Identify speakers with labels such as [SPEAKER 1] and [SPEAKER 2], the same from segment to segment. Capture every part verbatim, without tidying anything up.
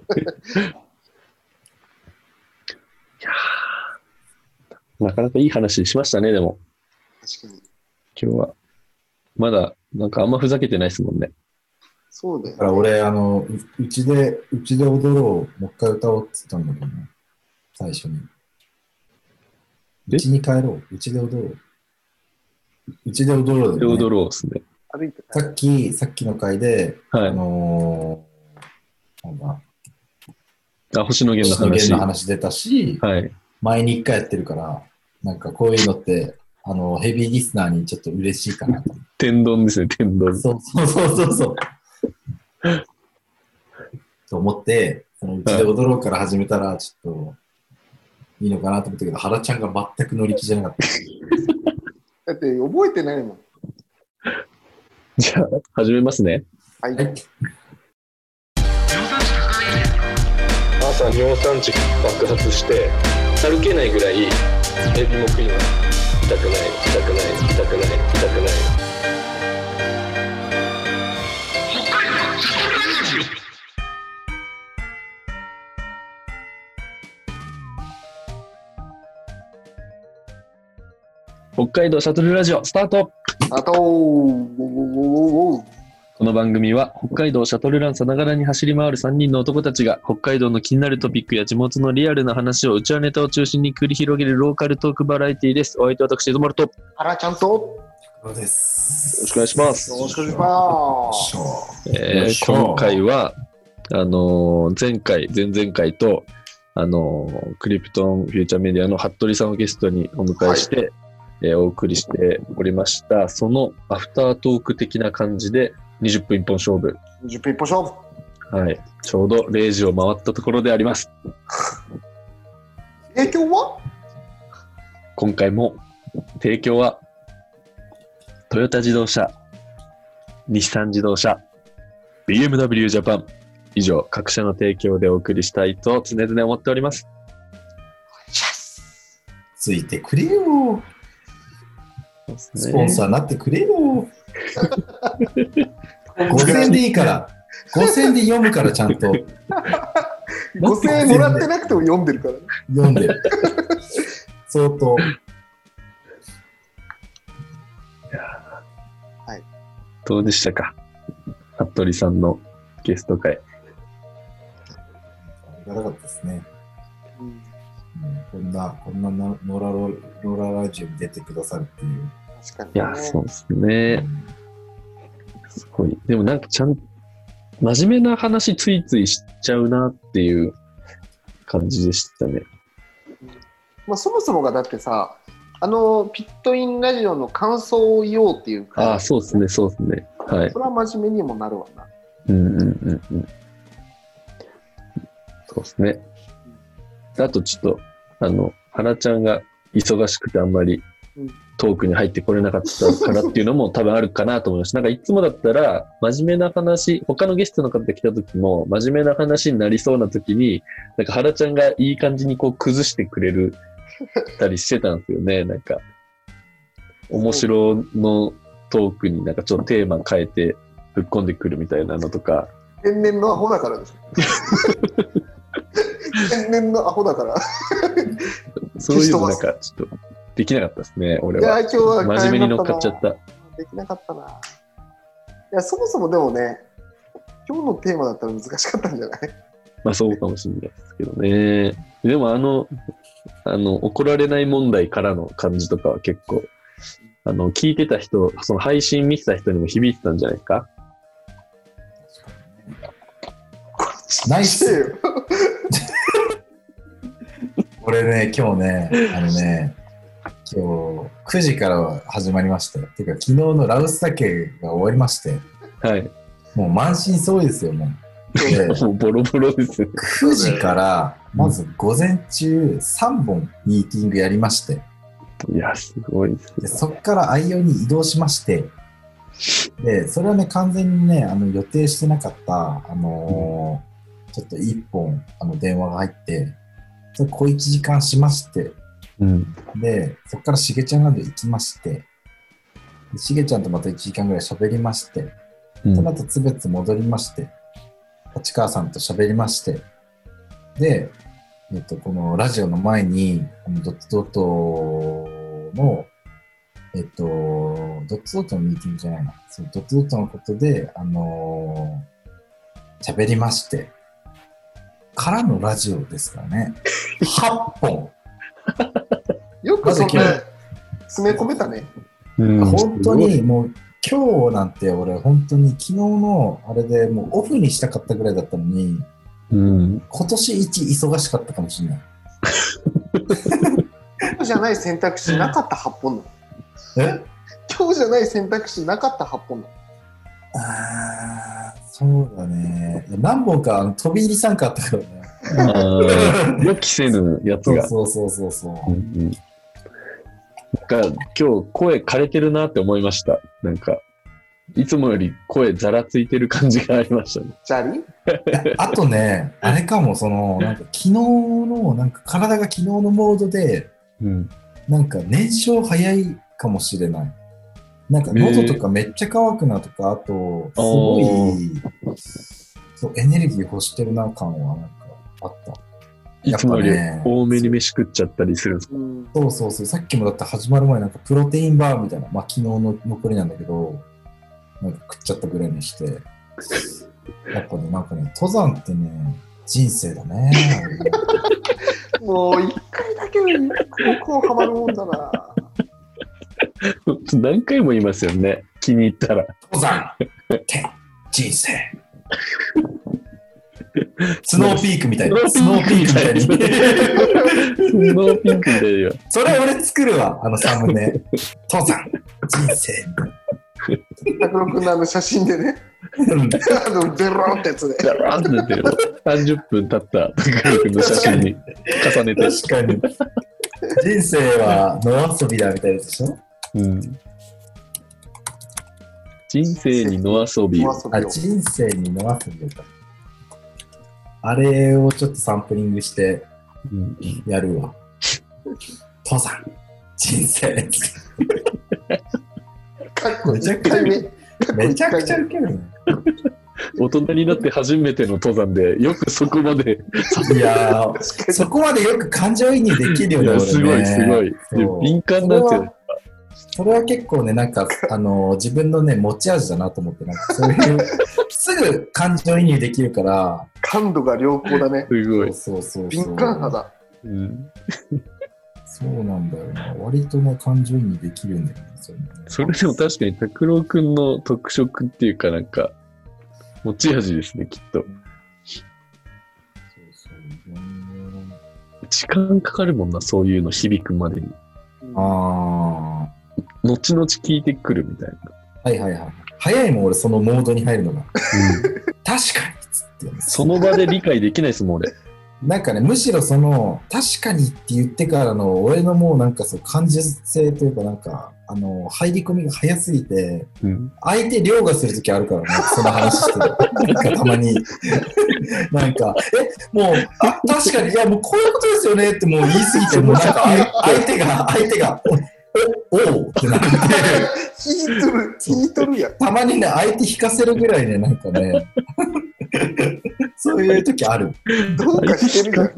[SPEAKER 1] やなかなかいい話しましたね、でも。
[SPEAKER 2] 確かに。
[SPEAKER 1] 今日は。まだ、なんかあんまふざけてないですもんね。
[SPEAKER 2] そうだよ、ね。
[SPEAKER 3] だから俺、あの、うちで、うちで踊ろう、もう一回歌おうって言ったんだけどね。最初に。うちに帰ろう、うちで踊ろう。うちで踊ろうだよね。
[SPEAKER 1] 踊ろうですね。
[SPEAKER 2] 歩いて
[SPEAKER 3] さっき、さっきの回で、
[SPEAKER 1] はい。
[SPEAKER 3] あのー、なんだ、
[SPEAKER 1] あ、星野源の話。
[SPEAKER 3] 星野源の話出たし、
[SPEAKER 1] はい。
[SPEAKER 3] 前に一回やってるから、なんかこういうのって、あの、ヘビーリスナーにちょっと嬉しいかなと。
[SPEAKER 1] 天丼ですね、天丼。
[SPEAKER 3] そうそうそうそうそう。と思って、そのうちで踊ろうから始めたら、ちょっと、いいのかなと思ったけど、原ちゃんが全く乗り気じゃなかった。
[SPEAKER 2] だって覚えてないもん。
[SPEAKER 1] じゃあ、始めますね。
[SPEAKER 2] はい。
[SPEAKER 3] はい。
[SPEAKER 1] 朝、尿酸値爆発して、歩けないぐらい、エビも食います。痛くない、痛くない、痛くない、痛くない。北海道シャトルラジオスタート。
[SPEAKER 2] あとー
[SPEAKER 1] この番組は北海道シャトルランさながらに走り回るさんにんの男たちが北海道の気になるトピックや地元のリアルな話をうちわネタを中心に繰り広げるローカルトークバラエティです。お相手は私、エドマルと。よ
[SPEAKER 2] 原ちゃんと
[SPEAKER 3] そうです。
[SPEAKER 1] ろしくお願いします。
[SPEAKER 2] よろしくお願いします。
[SPEAKER 1] えー、今回は、あのー、前回、前々回と、あのー、クリプトンフューチャーメディアの服部さんをゲストにお迎えして、はい、えー、お送りしておりました。そのアフタートーク的な感じで、にじゅっぷん一本勝負。
[SPEAKER 2] にじゅっぷん一本勝負。
[SPEAKER 1] はい。ちょうどれいじを回ったところであります。
[SPEAKER 2] 提供は
[SPEAKER 1] 今回も提供はトヨタ自動車、日産自動車、ビーエムダブリュー ジャパン以上各社の提供でお送りしたいと常々思っております。
[SPEAKER 3] ついてくれよ。スポンサーになってくれよ。ごせんえんでいいから。ごせんえんで読むからちゃんと。
[SPEAKER 2] ごせんえんもらってなくても読んでるから。
[SPEAKER 3] 読んでる。相当。
[SPEAKER 2] はい。
[SPEAKER 1] どうでしたか、服部さんのゲスト会。
[SPEAKER 3] 長かったですね。うん、こんな、こんなノーラロローララジオに出てくださるっていう。
[SPEAKER 2] 確かに、ね。
[SPEAKER 1] いや、そうですね。うん、すごい。でもなんかちゃん、真面目な話ついついしちゃうなっていう感じでしたね。
[SPEAKER 2] まあ、そもそもがだってさ、あのピットインラジオの感想を言おうっていうか、
[SPEAKER 1] ああ、そうですね、そうですね。はい。
[SPEAKER 2] それは真面目にもなるわな。
[SPEAKER 1] うんうんうんうん。そうですね。あとちょっと、あの、原ちゃんが忙しくてあんまりトークに入ってこれなかったからっていうのも多分あるかなと思います。なんかいつもだったら真面目な話、他のゲストの方が来た時も真面目な話になりそうな時に、なんか原ちゃんがいい感じにこう崩してくれるたりしてたんですよね。なんか、面白のトークになんかちょっとテーマ変えてぶっ込んでくるみたいなのとか。
[SPEAKER 2] 天然のアホだからです天然のアホだから
[SPEAKER 1] そういうのなんかちょっとできなかったですね、俺は。
[SPEAKER 2] いや、今日は
[SPEAKER 1] 真面目に乗っかっちゃった。
[SPEAKER 2] できなかったな。いや、そもそもでもね、今日のテーマだったら難しかったんじゃない？
[SPEAKER 1] まあそうかもしれないですけどね。でもあの、あの、怒られない問題からの感じとかは結構、あの、聞いてた人、その配信見てた人にも響いてたんじゃないですか？
[SPEAKER 3] ナイス俺ね、今日ね、あのね、今日くじから始まりましたよ。てか、昨日のラウスタケが終わりまして、
[SPEAKER 1] はい。
[SPEAKER 3] もう満身創痍ですよ、もう。
[SPEAKER 1] もうボロボロですよ。
[SPEAKER 3] くじから、まず午前中さんぼんミーティングやりまして、
[SPEAKER 1] いや、すごいですよ。
[SPEAKER 3] でそこから愛用に移動しまして、で、それはね、完全にね、あの予定してなかった、あのー、ちょっといっぽんあの電話が入って、それ小いちじかんしまして、
[SPEAKER 1] うん、
[SPEAKER 3] で、そこからしげちゃんランド行きまして、しげちゃんとまたいちじかんぐらい喋りまして、うん、その後つべつ戻りまして、立川さんと喋りまして、 で、えっと、このラジオの前に、あのドットドットの、えっと、ドットドットのミーティングじゃないな。そうドットドットのことで、あのー、喋りまして、からのラジオですからね。はっぽん。
[SPEAKER 2] よくそんな詰め込めたね。
[SPEAKER 3] うん、本当にもう今日なんて俺本当に昨日のあれでもうオフにしたかったぐらいだったのに、
[SPEAKER 1] うん、
[SPEAKER 3] 今年一忙しかったかもしれない。
[SPEAKER 2] 今日じゃない選択肢なかったはっぽんの。
[SPEAKER 3] え？
[SPEAKER 2] 今日じゃない選択肢なかったはっぽんの。
[SPEAKER 3] ああ、そうだね。何本かあの飛び入り参加あったからね。
[SPEAKER 1] あ予期せぬやつが。
[SPEAKER 3] そうそうそうそうそう。
[SPEAKER 1] うんうん、なんか今日声枯れてるなって思いました。なんかいつもより声ざらついてる感じがありましたね。
[SPEAKER 2] じゃり？
[SPEAKER 3] あとね、あれかも、そのなんか昨日のなんか体が昨日のモードで、うん、なんか燃焼早いかもしれない。なんか喉とかめっちゃ乾くなとか、あとすごいそうエネルギー欲してるな感はなんかあった。
[SPEAKER 1] いつもより多めに飯食っちゃったりするんですか？
[SPEAKER 3] そうそうそう。さっきもだって始まる前なんかプロテインバーみたいな、まあ昨日の残りなんだけど、なんか食っちゃったぐらいにして、やっぱね、なんかね、登山ってね、人生だね。
[SPEAKER 2] もう一回だけでこうハマるもんだな。
[SPEAKER 1] 何回も言いますよね、気に入ったら。
[SPEAKER 3] 登山って人生。スノーピークみたいな。スノーピークみたいに。ス
[SPEAKER 1] ノーピークみたいよ。
[SPEAKER 3] それ俺作るわ、あのサムネ。登山、人生。
[SPEAKER 2] 拓郎君のあの写真でね。あのデローってやつで。
[SPEAKER 1] デローって出てる。さんじゅっぷん経った拓郎君の写真に重ねて。
[SPEAKER 3] 確かに。人生は野遊びだみたいでしょ？うん。
[SPEAKER 1] 人生に野遊びを。
[SPEAKER 3] あ、人生に野遊びをか。あれをちょっとサンプリングしてやるわ。登山、人生。
[SPEAKER 2] かっこいちかいめ。
[SPEAKER 3] めちゃくちゃウケるね。
[SPEAKER 1] 大人になって初めての登山でよくそこまで
[SPEAKER 3] いやーそこまでよく感情移入できるよね。
[SPEAKER 1] いすごいすごい敏感なんてる。
[SPEAKER 3] それは結構ね、なんか、あのー、自分のね、持ち味だなと思って、なんかそういう、すぐ感情移入できるから。
[SPEAKER 2] 感度が良好だね。
[SPEAKER 1] すごい。
[SPEAKER 3] そうそうそうそう。
[SPEAKER 2] 敏感肌。
[SPEAKER 3] うん。そうなんだよな。割とね、感情移入できるんだよね。それ, ね
[SPEAKER 1] それでも確かに拓郎くんの特色っていうかなんか、持ち味ですね、きっと。そうそう。時間かかるもんな、そういうの響くまでに。ああ。後々聞いてくるみたいな。
[SPEAKER 3] はいはいはい。早いもん俺そのモードに入るのが。うん、確かにっつって。
[SPEAKER 1] その場で理解できないですもん俺。
[SPEAKER 3] なんかね、むしろその確かにって言ってからの俺のもうなんかそう感受性というかなんかあの入り込みが早すぎて、うん、相手凌駕するときあるからね、その話してる。なんかたまになんかえもうあ確かにいやもうこういうことですよねってもう言い過ぎてもうなんか相手が相手がおおってなって
[SPEAKER 2] 引いとる引いとるやん。
[SPEAKER 3] たまにね相手引かせるぐらいねなんかねそういう時ある。
[SPEAKER 2] どうかしてるやん。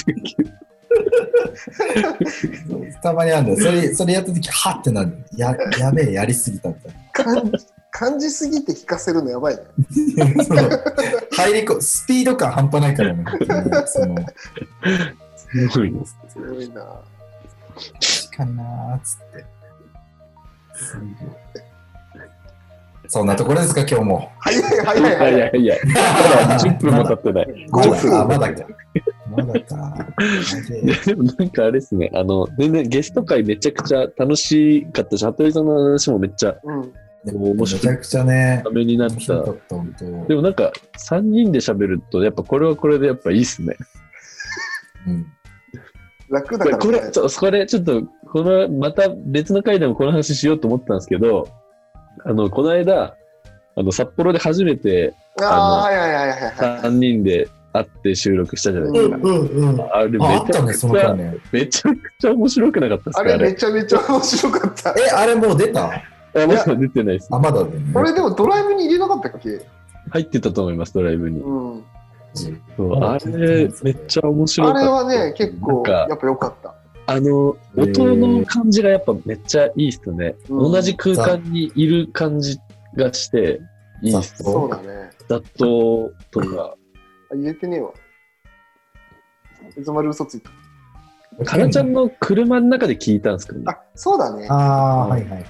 [SPEAKER 3] たまにあるんだよ。それそれやった時はってなる。ややべえやりすぎたみたいな。
[SPEAKER 2] 感じ感じすぎて引かせるのやばいね。
[SPEAKER 3] 入りこスピード感半端ないからね。その
[SPEAKER 1] すごいな。
[SPEAKER 2] すごいな。
[SPEAKER 3] 確かになーっつって。すごい。そんなところですか今日も。
[SPEAKER 2] 早い早い早い。
[SPEAKER 1] いやいやいや。じゅっぷんも経ってない。
[SPEAKER 3] まだまだか。まだか。
[SPEAKER 1] いやでもなんかあれですね。あの全然ゲスト会めちゃくちゃ楽しかったし、服部さんの話もめっちゃ、うん、面白い。
[SPEAKER 3] めちゃくちゃね。
[SPEAKER 1] ためになった。でもなんかさんにんで喋るとやっぱこれはこれでやっぱいいっすね。
[SPEAKER 2] うん。楽だから、ね。
[SPEAKER 1] これちょこれちょっとこのまた別の回でもこの話しようと思ったんですけど。あのこの間あの札幌で初めてあのさんにんで会って収録したじゃないですか。
[SPEAKER 3] うんうんうん、あれ
[SPEAKER 1] めちゃくちゃ、ね、めちゃくちゃ面白くなかったですか？
[SPEAKER 2] あれめちゃめちゃ面白かった。
[SPEAKER 3] えあれもう出た？
[SPEAKER 1] あまだ出てないです。
[SPEAKER 3] あまだね。
[SPEAKER 2] あれでもドライブに入れなかったっけ？
[SPEAKER 1] 入ってたと思いますドライブに。
[SPEAKER 2] うん、
[SPEAKER 1] そうあれ、めっちゃ面白
[SPEAKER 2] あ
[SPEAKER 1] かった。
[SPEAKER 2] れはね、結構、
[SPEAKER 1] なんか
[SPEAKER 2] やっぱ良かった。
[SPEAKER 1] あの、音の感じがやっぱめっちゃいいっすね。
[SPEAKER 2] うん
[SPEAKER 1] 同じ空間にいる感じがして、いいっすね。
[SPEAKER 2] そうだね。
[SPEAKER 1] 雑踏とか。
[SPEAKER 2] あ、言えてねえわ。いつまで嘘ついた。
[SPEAKER 1] かなちゃんの車の中で聞いたんですけどね。
[SPEAKER 2] あ、そうだね。
[SPEAKER 3] ああ、はいはいはいはい。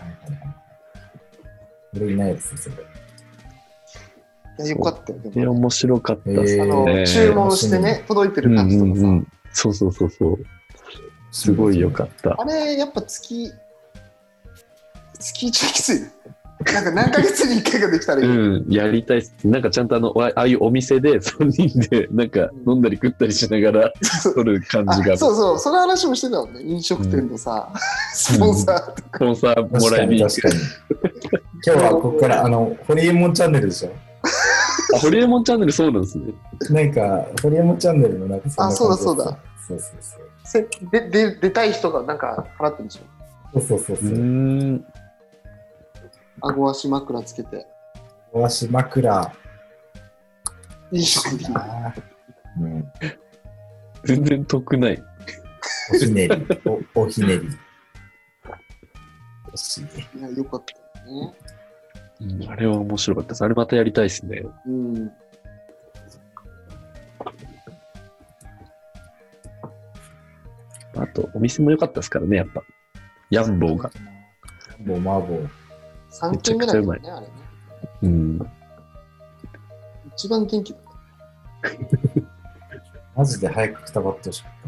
[SPEAKER 3] 俺いないですね、それ。
[SPEAKER 2] いや、よかったよ。で
[SPEAKER 1] え、
[SPEAKER 2] もね
[SPEAKER 1] 面白かったっす
[SPEAKER 3] え
[SPEAKER 2] あの、
[SPEAKER 1] ね。
[SPEAKER 2] 注文してね、届いてる感じとかさ。
[SPEAKER 1] うんうんうん。そうそうそうそう。すごい良かった。
[SPEAKER 2] あれ、やっぱ月、月一はきついね。なんか何ヶ月にいっかいができたらいい。
[SPEAKER 1] うん、やりたいっす。なんかちゃんとあの、ああいうお店でさんにんでなんか飲んだり食ったりしながら撮る感じが。
[SPEAKER 2] あそうそう、その話もしてたもんね。飲食店のさ、スポンサーとか。
[SPEAKER 1] スポンサーもらいに行く。
[SPEAKER 3] 確かに確かに。今日はここから、あの、ホリエモンチャンネルでしょ。
[SPEAKER 1] あ、ホリエモンチャンネルそうなんですね。
[SPEAKER 3] なんか、ホリエモンチャンネルのなんかそんな感じ
[SPEAKER 2] あそうだそうだ。
[SPEAKER 3] そうそうそう。
[SPEAKER 2] せでで出たい人がなんか払ってるんでしょ。
[SPEAKER 3] そうそうそうそう。
[SPEAKER 1] うーん。
[SPEAKER 2] 顎足枕つけて。
[SPEAKER 3] お足枕。
[SPEAKER 2] 飲食店。
[SPEAKER 3] あーうん。
[SPEAKER 1] 全然得ない。
[SPEAKER 3] おひねり。おおひねり。惜しい。
[SPEAKER 2] いや、よかったよね。
[SPEAKER 1] うん、あれは面白かったです。あれまたやりたいですね。
[SPEAKER 2] うん。
[SPEAKER 1] あと、お店も良かったですからね、やっぱ。ヤンボーが。
[SPEAKER 3] もう麻婆。
[SPEAKER 2] さんけんめだけどね、あれね。
[SPEAKER 1] うん。
[SPEAKER 2] 一番元気だっ
[SPEAKER 3] マジで早くくたばってほしか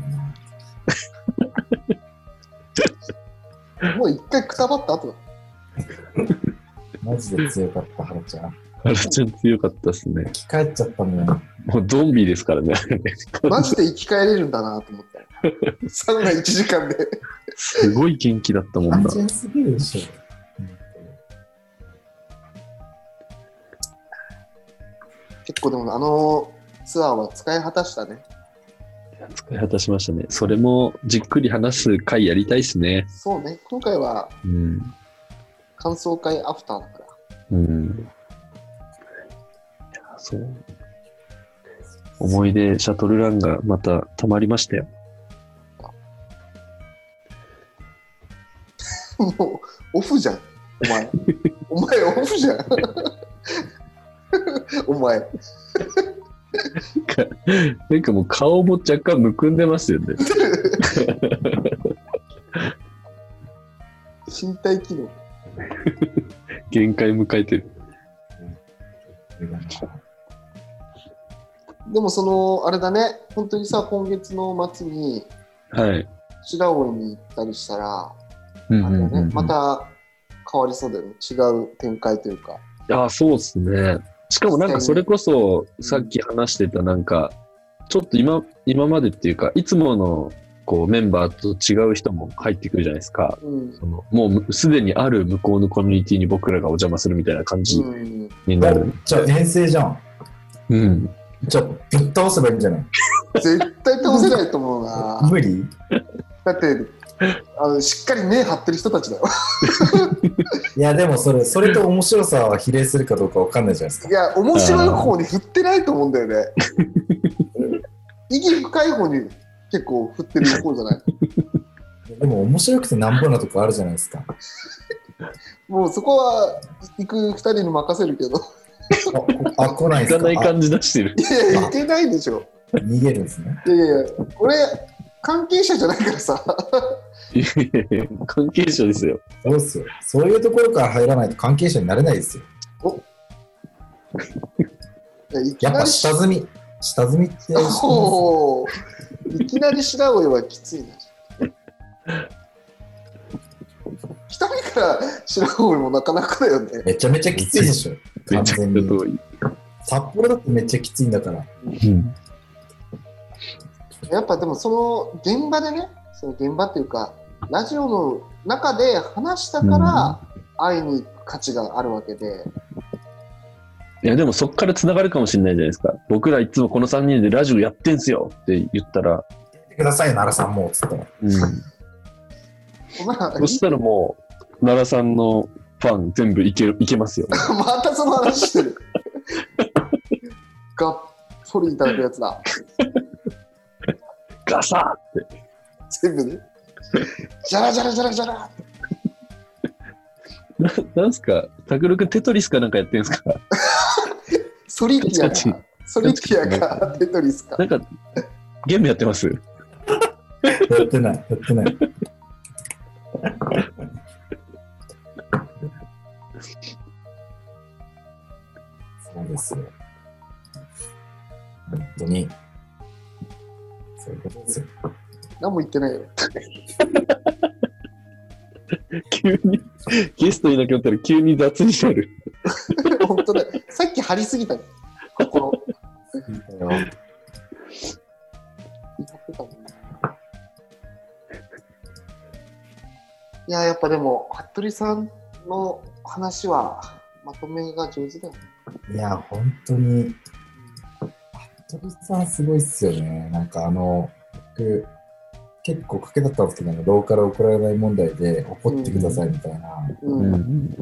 [SPEAKER 3] ったな。
[SPEAKER 2] た。もう一回くたばった後だ。
[SPEAKER 3] マジで強かった、原ちゃん。
[SPEAKER 1] あれちゃん強かったですね。
[SPEAKER 3] 生き返っちゃったもん。
[SPEAKER 1] もうゾンビですからね。
[SPEAKER 2] マジで生き返れるんだなと思った。サウナいちじかんで。
[SPEAKER 1] すごい元気だったもんな。
[SPEAKER 3] 単純すぎるでしょ。
[SPEAKER 2] 結構でもあのツアーは使い果たしたね。
[SPEAKER 1] 使い果たしましたね。それもじっくり話す回やりたいですね。
[SPEAKER 2] そうね、今回は
[SPEAKER 1] うん。
[SPEAKER 2] 感想会アフターだから。
[SPEAKER 1] うん。いや、そう。思い出シャトルランがまた溜まりましたよ。
[SPEAKER 2] もうオフじゃん、お前。お前オフじゃん。お前。
[SPEAKER 1] なんかもう顔も若干むくんでますよね。
[SPEAKER 2] 身体機能。
[SPEAKER 1] 限界迎えてる。
[SPEAKER 2] でもそのあれだね、本当にさ、今月の末に
[SPEAKER 1] はい。
[SPEAKER 2] 白老に行ったりしたら、
[SPEAKER 1] うん
[SPEAKER 2] あれだね、
[SPEAKER 1] うんうんうん
[SPEAKER 2] また変わりそうだよね。違う展開というか。
[SPEAKER 1] あ、そうっすね。しかもなんかそれこそさっき話してたなんかちょっと今今までっていうかいつものこうメンバーと違う人も入ってくるじゃないですか。
[SPEAKER 2] うん。
[SPEAKER 1] そのもうすでにある向こうのコミュニティに僕らがお邪魔するみたいな感じ
[SPEAKER 2] うん、
[SPEAKER 1] になる。
[SPEAKER 3] じゃあ遠征じゃん。
[SPEAKER 1] うん。
[SPEAKER 3] じゃあぶっ倒せばいいんじゃない？
[SPEAKER 2] 絶対倒せないと思うな。
[SPEAKER 3] 無理？
[SPEAKER 2] だってあのしっかり根張ってる人たちだよ。
[SPEAKER 3] いやでもそれそれと面白さは比例するかどうかわかんないじゃないですか。
[SPEAKER 2] いや、面白い方に振ってないと思うんだよね。意義深い方に結構振ってる方じゃない。
[SPEAKER 3] でも面白くてなんぼなとこあるじゃないですか。
[SPEAKER 2] もうそこは行くふたりに任せるけど。
[SPEAKER 3] あ、あ来ないですか？
[SPEAKER 1] 行かない感じ出してる。
[SPEAKER 2] いやいや、いけないでしょ。
[SPEAKER 3] あ逃げるんですね。
[SPEAKER 2] いやいやいや、俺、関係者じゃないからさ。
[SPEAKER 1] いやいやいや関係者ですよ。
[SPEAKER 3] そうっすよ。そういうところから入らないと関係者になれないですよ。
[SPEAKER 2] いやいき
[SPEAKER 3] やっぱ
[SPEAKER 2] なり
[SPEAKER 3] 下積み。下積みって知ってます？
[SPEAKER 2] おーいきなり白老はきついな。一人から白老もなかなかだよね。
[SPEAKER 3] めちゃめちゃきついでしょ。
[SPEAKER 1] めちゃくちゃ
[SPEAKER 3] 完全に。
[SPEAKER 1] 遠い。
[SPEAKER 3] 札幌だってめっちゃきついんだから。
[SPEAKER 1] うん。
[SPEAKER 2] やっぱでもその現場でね、その現場っていうか、ラジオの中で話したから会いに行く価値があるわけで。
[SPEAKER 1] いやでもそっから繋がるかもしれないじゃないですか。僕らいつもこのさんにんでラジオやってんすよって言ったら、
[SPEAKER 3] 言ってくださいよ、奈良さんも。つったら。
[SPEAKER 1] うん。
[SPEAKER 2] お前
[SPEAKER 1] そしたらもう奈良さんのファン全部いけいけますよ。
[SPEAKER 2] またその話してる。がっソリいただくやつだ。
[SPEAKER 1] ガサーって。
[SPEAKER 2] 全部ね。ジャラジャラジャラジャラ。
[SPEAKER 1] ななんすか、タクル君テトリスかなんかやってんすか？
[SPEAKER 2] ソリティアか。ソリティアかテトリスか。
[SPEAKER 1] なんか、ゲームやってます？
[SPEAKER 3] やってない、やってない。そうですよ。本当に。そういうことですよ。
[SPEAKER 2] 何も言ってないよ。
[SPEAKER 1] 急に、ゲストいなきゃったら急に雑になる。
[SPEAKER 2] 本当だ。さっき張りすぎたよ。心。いや、やっぱでも、服部さんの話はまとめが上手だよね。
[SPEAKER 3] いや、本当に、服部さんすごいっすよね。なんかあの、僕、結構賭けだったんですけど、ローカル怒られない問題で怒ってくださいみたいな。
[SPEAKER 2] うんうん、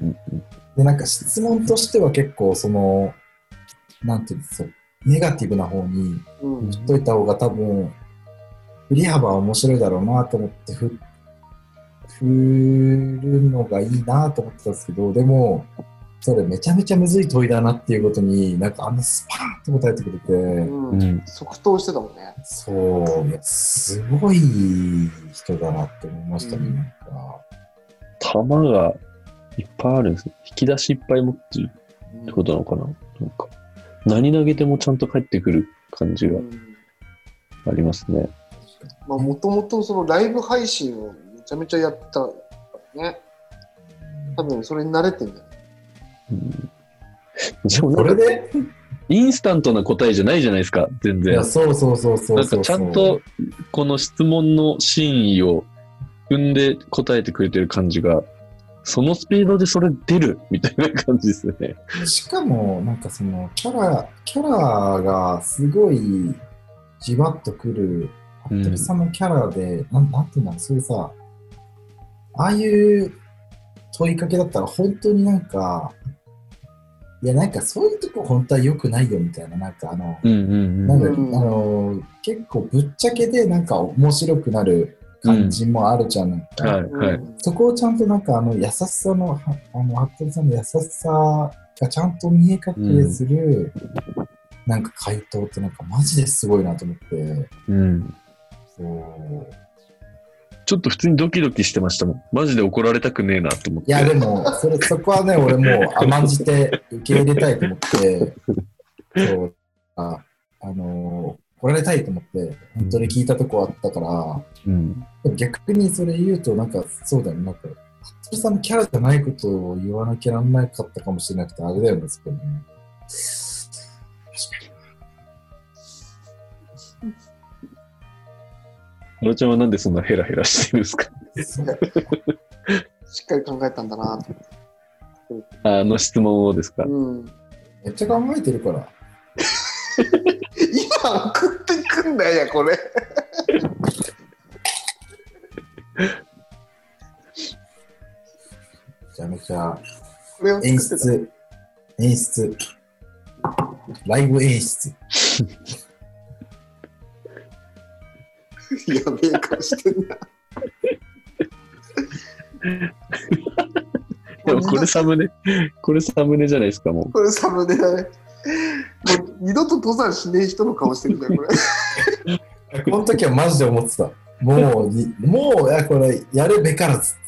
[SPEAKER 3] で、なんか質問としては結構その、なんていうんですか、ネガティブな方に振っといた方が多分、振り幅は面白いだろうなと思って振るのがいいなと思ってたんですけど、でも、それめちゃめちゃむずい問いだなっていうことに、なんかあんなスパーンと答えてくれて、
[SPEAKER 2] うん、即答してたもんね。
[SPEAKER 3] そう、いや、すごい人だなって思いましたね、うん、なんか。
[SPEAKER 1] 玉がいっぱいあるんですね。引き出しいっぱい持ってるってことなのかな、うん、なんか、何投げてもちゃんと返ってくる感じがありますね。
[SPEAKER 2] まあ、もともとそのライブ配信をめちゃめちゃやったからね。多分それに慣れてんだよ。
[SPEAKER 1] うん、でもなんか
[SPEAKER 3] それで
[SPEAKER 1] インスタントな答えじゃないじゃないですか、全然。いや、
[SPEAKER 3] そうそうそうそうそう。
[SPEAKER 1] なんかちゃんとこの質問の真意を踏んで答えてくれてる感じが、そのスピードでそれ出るみたいな感じですよね。
[SPEAKER 3] しかもなんかそのキャラキャラがすごいじわっとくる服部さんのキャラで、うん、なんなんていうんだろう、そういうさ、ああいう問いかけだったら本当になんか、いやなんかそういうとこ本当は良くないよみたいな、なんかあの、なんかあの結構ぶっちゃけでなんか面白くなる感じもあるじゃないか、
[SPEAKER 1] うんはいはい、
[SPEAKER 3] そこをちゃんとなんかあの優しさのあの服部さんの優しさがちゃんと見え隠れする、うん、なんか回答ってなんかマジですごいなと思って、
[SPEAKER 1] うん、
[SPEAKER 3] そう
[SPEAKER 1] ちょっと普通にドキドキしてましたもん。マジで怒られたくねえなと思って。
[SPEAKER 3] いやでもそれそこはね俺もう甘んじて受け入れたいと思ってそうああのー、怒られたいと思って本当に聞いたとこあったから、うん、逆にそれ言うとなんかそうだよね、なんか服部さんのキャラじゃないことを言わなきゃなんなかったかもしれなくてあれだよね、それね。確かに。
[SPEAKER 1] のちゃんはなんでそんなヘラヘラしてるんですか？
[SPEAKER 2] しっかり考えたんだなと。
[SPEAKER 1] あの質問をですか？
[SPEAKER 3] うん、めっちゃ考えてるから。
[SPEAKER 2] 今送ってくんだよこれ。
[SPEAKER 3] めちゃめちゃ演出演出ライブ演出。
[SPEAKER 2] やべえ顔してんな。
[SPEAKER 1] でもこれサムネ、これサムネじゃないですか、もう。
[SPEAKER 2] これサムネだね。もう二度と登山しねえ人の顔してるんだよ、こ
[SPEAKER 3] れ。この時はマジで思ってた。もう、もう、いや、これ、やるべからず。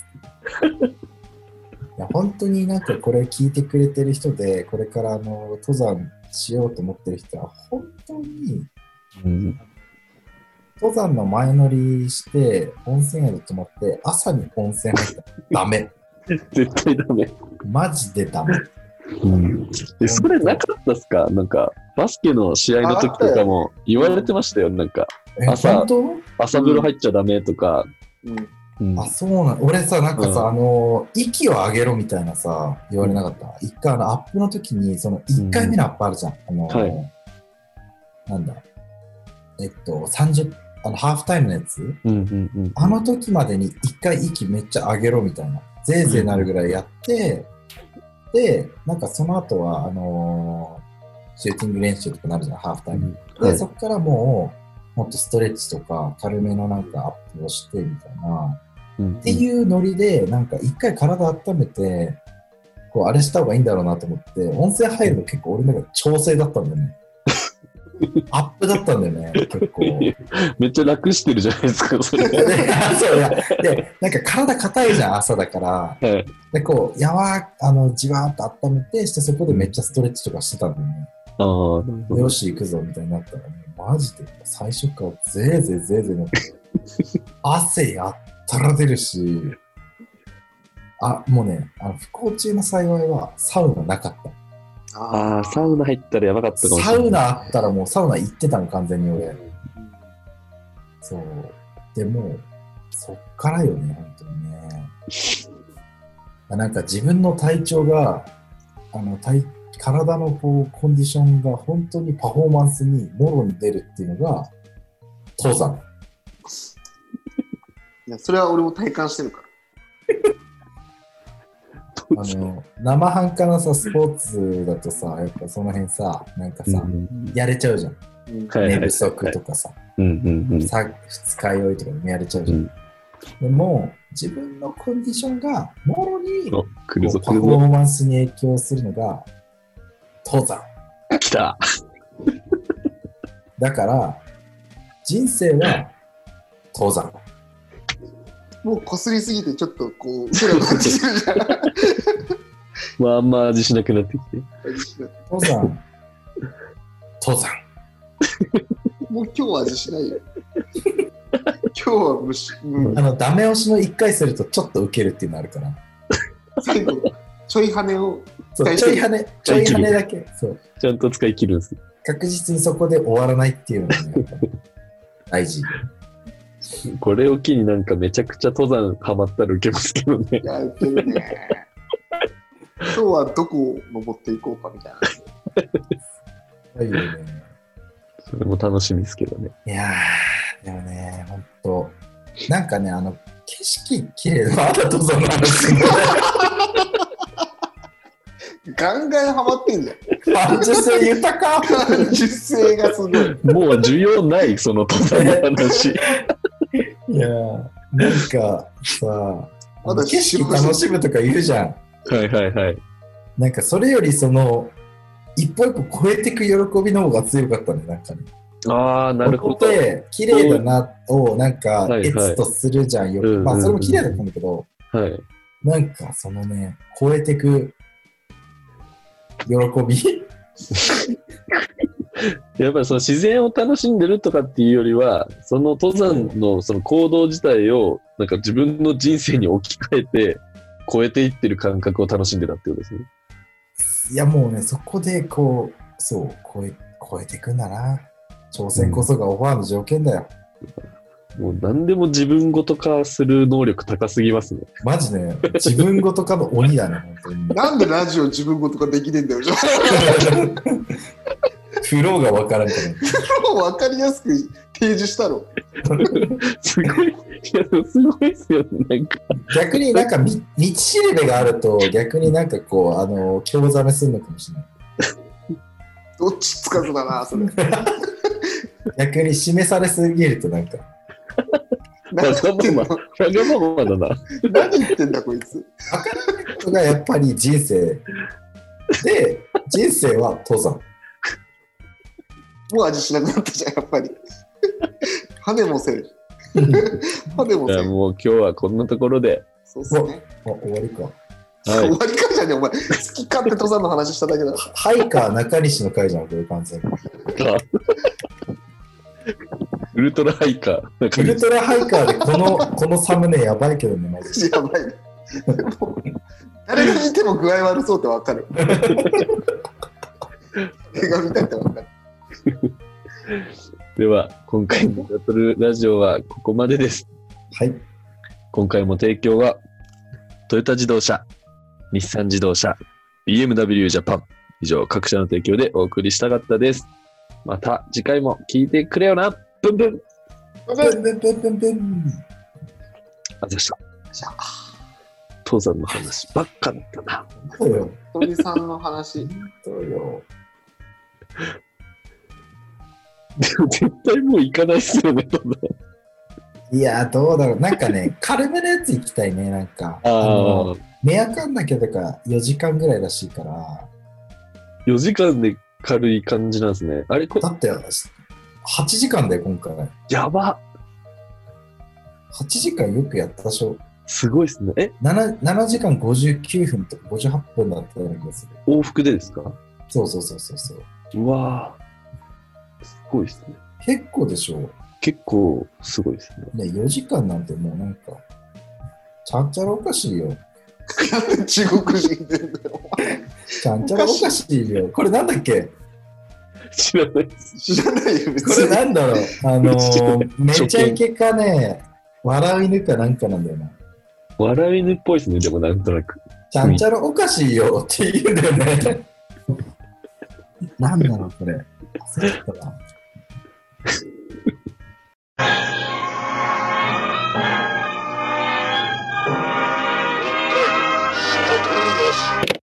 [SPEAKER 3] いや、本当になんかこれ聞いてくれてる人で、これからあの登山しようと思ってる人は、本当に、うん、登山の前乗りして、温泉宿泊まって、朝に温泉入ったらダメ。
[SPEAKER 1] 絶対ダメ。
[SPEAKER 3] マジでダメ。
[SPEAKER 1] うん、えそれなかったっすか？なんかバスケの試合の時とかも言われてましたよ。なんか朝朝風呂入っちゃダメとか。
[SPEAKER 3] うんうん、あ、そうなの。俺さ、なんかさ、うん、あの息を上げろみたいなさ言われなかった。うん、一回あのアップの時にそのいっかいめのアップあるじゃん。うん、あの、はい、なんだえっとさんじゅうあのハーフタイムのやつ、うんうんうん、あの時までにいっかい息めっちゃ上げろみたいな。ぜいぜいなるぐらいやって、うん、で、なんかその後は、あのー、 シューティング練習とかなるじゃん、ハーフタイム。
[SPEAKER 1] うんはい
[SPEAKER 3] で、そこからもう、もっとストレッチとか、軽めのなんかアップをしてみたいな、
[SPEAKER 1] うん
[SPEAKER 3] っていうノリで、なんか一回体温めて、こう、あれした方がいいんだろうなと思って、温泉入るの結構俺の中で調整だったんだよね。アップだったんだよね、結構。
[SPEAKER 1] めっちゃ楽してるじゃないですか、それ。
[SPEAKER 3] で、そういや、で、なんか体硬いじゃん、朝だから。
[SPEAKER 1] はい。
[SPEAKER 3] で、こう、やわあの、じわーっと温めて、して、そこでめっちゃストレッチとかしてたんだよね。
[SPEAKER 1] ああ、なるほど
[SPEAKER 3] よし、行くぞ、みたいになったら、もうマジで、最初からぜーぜーぜーぜーなって、汗やったら出るし、あ、もうね、あの不幸中の幸いは、サウナなかった。
[SPEAKER 1] ああ、サウナ入ったらやばかったかもし
[SPEAKER 3] サ
[SPEAKER 1] れない。
[SPEAKER 3] ウナあったらもうサウナ行ってたの、完全に俺。そう。でも、そっからよね、本当にね。なんか自分の体調が、あの体体のこうコンディションが本当にパフォーマンスにもろに出るっていうのが、登山。
[SPEAKER 2] いや、それは俺も体感してるから。
[SPEAKER 3] あの生半可なさ、スポーツだとさ、やっぱその辺さ、なんかさ、
[SPEAKER 1] うん
[SPEAKER 3] やれちゃうじゃん。
[SPEAKER 2] うん
[SPEAKER 1] はいはい
[SPEAKER 3] 寝不足とかさ、
[SPEAKER 1] うんうんうん。
[SPEAKER 3] さ二日酔いとかでもやれちゃうじゃん。
[SPEAKER 1] うん
[SPEAKER 3] でも、自分のコンディションがもろに
[SPEAKER 1] お、来るぞ
[SPEAKER 3] パ
[SPEAKER 1] 来るぞ。
[SPEAKER 3] フォーマンスに影響するのが登山。
[SPEAKER 1] 来た。
[SPEAKER 3] だから、人生は登山。
[SPEAKER 2] もう擦りすぎてちょっとこう、うせなくなってきてるじゃん。
[SPEAKER 1] まああんま味しなくなってきて。
[SPEAKER 3] 登山。登山。
[SPEAKER 2] もう今日は味しないよ。今日は虫、うん
[SPEAKER 3] あの、ダメ押しの一回するとちょっとウケるっていうのあるから。
[SPEAKER 2] 最後、ちょい跳ねを
[SPEAKER 3] そう、ちょい跳ね、ちょい跳ねだけ。そう。
[SPEAKER 1] ちゃんと使い切るんです。
[SPEAKER 3] 確実にそこで終わらないっていうのがね、やっぱ大事。
[SPEAKER 1] これを機になんかめちゃくちゃ登山ハマったら受けますけどね。
[SPEAKER 2] やってるね。今日はどこを登っていこうかみたいな。
[SPEAKER 3] いいよね。
[SPEAKER 1] それも楽しみですけどね。
[SPEAKER 3] いやー、でもね、ほんと、なんかね、あの、景色綺麗だな、まだ登山の話する
[SPEAKER 2] ガンガンハマってんじゃん。
[SPEAKER 3] 感受性豊か。
[SPEAKER 2] 感受性がすごい。
[SPEAKER 1] もう需要ないその登山の話。
[SPEAKER 3] いやー、なんかさ、
[SPEAKER 2] まだ
[SPEAKER 3] 景色楽しむとか言うじゃん。
[SPEAKER 1] はいはいはい。
[SPEAKER 3] なんかそれよりその、一歩一歩超えていく喜びの方が強かったね、なんかね。
[SPEAKER 1] ああ、なるほど。
[SPEAKER 3] ここで綺麗だなをなんか
[SPEAKER 1] はいはい
[SPEAKER 3] エツとするじゃんよ。
[SPEAKER 1] うんうんうん
[SPEAKER 3] まあそれも綺麗だったんだけど、
[SPEAKER 1] はい。
[SPEAKER 3] なんかそのね、超えていく喜び
[SPEAKER 1] やっぱりその自然を楽しんでるとかっていうよりは、その登山のその行動自体をなんか自分の人生に置き換えて超えていってる感覚を楽しんでたっていうことですね。
[SPEAKER 3] いやもうね、そこでこう、そう、超え、超えていくんだな。挑戦こそがオファーの条件だよ。
[SPEAKER 1] もう何でも自分ごと化する能力高すぎますね。
[SPEAKER 3] マジね、自分ごとかの鬼だね、本当に。
[SPEAKER 2] なんでラジオ自分ごとかできねえんだよ。じゃあ
[SPEAKER 3] フローが分からんから。
[SPEAKER 2] 分かりやすく提示したろ。
[SPEAKER 1] すごい、いや、すごいですよね、なんか。
[SPEAKER 3] 逆になんかみ道しるべがあると、逆になんかこう、あの、興ざめするのかもしれない。
[SPEAKER 2] どっちつかずだな、それ。
[SPEAKER 3] 逆に示されすぎるとなんか、
[SPEAKER 2] 何言ってんの
[SPEAKER 1] わがままだな。
[SPEAKER 2] 何言ってんだ、こいつ。
[SPEAKER 3] 分からないことがやっぱり人生で、人生は登山。
[SPEAKER 2] もう味しなくなったじゃん、やっぱり。羽もせる。羽も
[SPEAKER 1] じゃあ
[SPEAKER 2] せる。
[SPEAKER 1] もう今日はこんなところで。
[SPEAKER 2] そうっすね。
[SPEAKER 3] あ、終わりか。
[SPEAKER 2] 終わりかじゃねえ、お前。好き勝手登山の話しただけだ。
[SPEAKER 3] ハイカー中西の回じゃん、これ完全に。
[SPEAKER 1] ウルトラハイカー。なんか
[SPEAKER 3] ウルトラハイカーでこの、このサムネやばいけどね、マジで。
[SPEAKER 2] やばいね。もう誰が見ても具合悪そうってわかる。映画見たってわかる。
[SPEAKER 1] では、今回のバトルラジオはここまでです。
[SPEAKER 3] はい。
[SPEAKER 1] 今回も提供は、トヨタ自動車、日産自動車、ビーエムダブリュー ジャパン、以上各社の提供でお送りしたかったです。また次回も聞いてくれよな。ブンブン。
[SPEAKER 3] ブンブンブンブンブン。
[SPEAKER 1] あざした。
[SPEAKER 2] じゃあ、
[SPEAKER 1] 父さんの話ばっかだったな。
[SPEAKER 3] そうよ。
[SPEAKER 2] 鳥さんの話。
[SPEAKER 3] そうよ。
[SPEAKER 1] でも絶対もう行かないっすよね、多分。
[SPEAKER 3] いや、どうだろう。なんかね、軽めのやつ行きたいね、なんか。あの、目やかんだけだからよじかんぐらいらしいから。
[SPEAKER 1] よじかんで軽い感じなんですね。あれこ
[SPEAKER 3] だって、はちじかんだよ、今回。
[SPEAKER 1] やば。
[SPEAKER 3] はちじかんよくやったでしょ。
[SPEAKER 1] すごいっすね。え
[SPEAKER 3] 7, 7時間ごじゅうきゅうふんとかごじゅうはっぷんだったような気がする。
[SPEAKER 1] 往復でですか？
[SPEAKER 3] そうそうそうそうそう。
[SPEAKER 1] うわぁ。すごいっすね。
[SPEAKER 3] 結構でしょ。
[SPEAKER 1] 結構すごいですね。
[SPEAKER 3] ね、よじかんなんてもうなんか、ちゃんちゃらおかしいよ。
[SPEAKER 2] 中国人でんだよ。
[SPEAKER 3] ちゃんちゃらおかしいよ。これなんだっけ？
[SPEAKER 1] 知らないです。
[SPEAKER 2] 知らないよ、別
[SPEAKER 3] これなんだろう。あのー、め
[SPEAKER 1] 初見
[SPEAKER 3] ちゃイケかね、笑う犬かなんかなんだよな。
[SPEAKER 1] 笑い犬っぽいですね、でもなんとなく。
[SPEAKER 3] ちゃんちゃらおかしいよって言うんだよね。なんだろう、これ。焦ったな。
[SPEAKER 2] に。